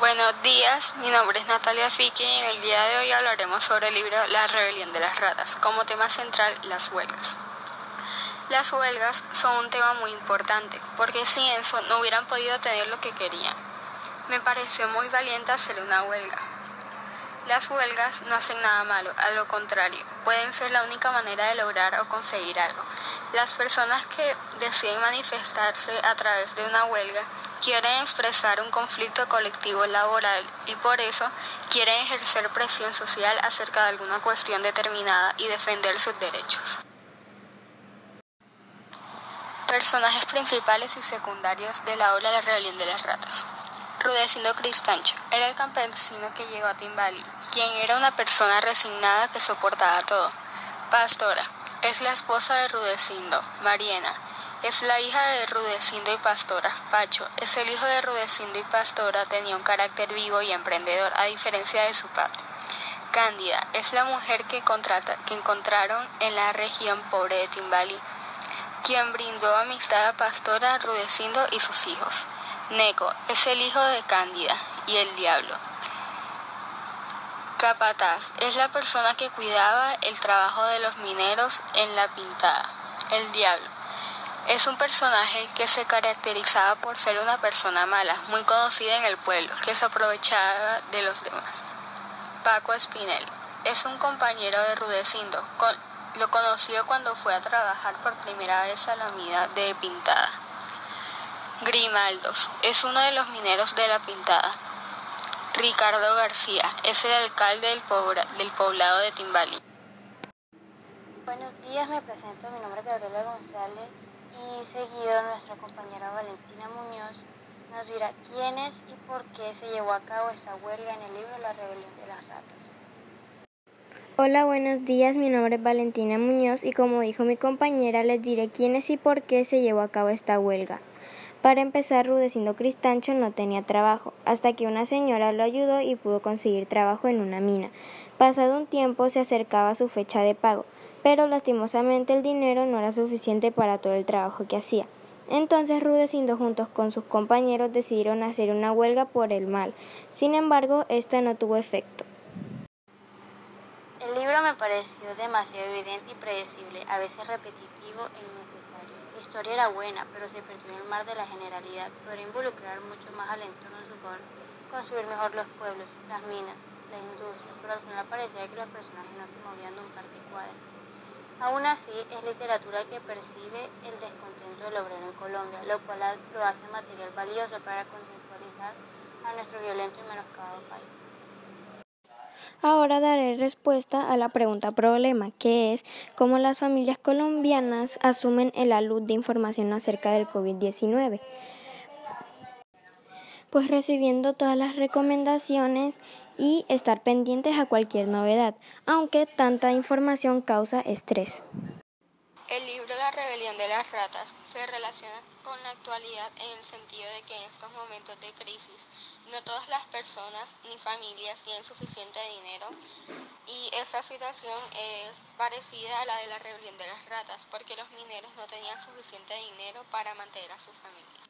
Buenos días, mi nombre es Natalia Fique y en el día de hoy hablaremos sobre el libro La rebelión de las ratas, como tema central las huelgas. Las huelgas son un tema muy importante, porque sin eso no hubieran podido tener lo que querían. Me pareció muy valiente hacer una huelga. Las huelgas no hacen nada malo, a lo contrario, pueden ser la única manera de lograr o conseguir algo. Las personas que deciden manifestarse a través de una huelga quieren expresar un conflicto colectivo laboral y por eso quieren ejercer presión social acerca de alguna cuestión determinada y defender sus derechos. Personajes principales y secundarios de la obra La rebelión de las ratas. Rudecindo Cristancho era el campesino que llegó a Timbalí, quien era una persona resignada que soportaba todo. Pastora es la esposa de Rudecindo. Mariena es la hija de Rudecindo y Pastora. Pacho es el hijo de Rudecindo y Pastora, tenía un carácter vivo y emprendedor, a diferencia de su padre. Cándida es la mujer que encontraron en la región pobre de Timbalí, quien brindó amistad a Pastora, Rudecindo y sus hijos. Neco es el hijo de Cándida y el diablo. Capataz es la persona que cuidaba el trabajo de los mineros en la pintada. El diablo es un personaje que se caracterizaba por ser una persona mala, muy conocida en el pueblo, que se aprovechaba de los demás. Paco Espinel es un compañero de Rudecindo, lo conoció cuando fue a trabajar por primera vez a la mina de Pintada. Grimaldos es uno de los mineros de la Pintada. Ricardo García es el alcalde del poblado de Timbalí. Buenos días, me presento, mi nombre es Gabriela González y seguido nuestra compañera Valentina Muñoz nos dirá quién es y por qué se llevó a cabo esta huelga en el libro La rebelión de las ratas. Hola, buenos días, mi nombre es Valentina Muñoz y como dijo mi compañera les diré quién es y por qué se llevó a cabo esta huelga. Para empezar, Rudecindo Cristancho no tenía trabajo, hasta que una señora lo ayudó y pudo conseguir trabajo en una mina. Pasado un tiempo se acercaba su fecha de pago, pero lastimosamente el dinero no era suficiente para todo el trabajo que hacía. Entonces Rudecindo juntos con sus compañeros decidieron hacer una huelga por el mal. Sin embargo, esta no tuvo efecto. El libro me pareció demasiado evidente y predecible, a veces repetitivo e innecesario. La historia era buena, pero se perdió en el mar de la generalidad. Podría involucrar mucho más al entorno en su favor, construir mejor los pueblos, las minas, la industria, pero al final parecía que los personajes no se movían de un par de cuadras. Aún así, es literatura que percibe el descontento del obrero en Colombia, lo cual lo hace material valioso para conceptualizar a nuestro violento y menoscabado país. Ahora daré respuesta a la pregunta problema, que es cómo las familias colombianas asumen la luz de información acerca del COVID-19. Pues recibiendo todas las recomendaciones y estar pendientes a cualquier novedad, aunque tanta información causa estrés. El libro La rebelión de las ratas se relaciona con la actualidad en el sentido de que en estos momentos de crisis no todas las personas ni familias tienen suficiente dinero y esa situación es parecida a la de la rebelión de las ratas porque los mineros no tenían suficiente dinero para mantener a su familia.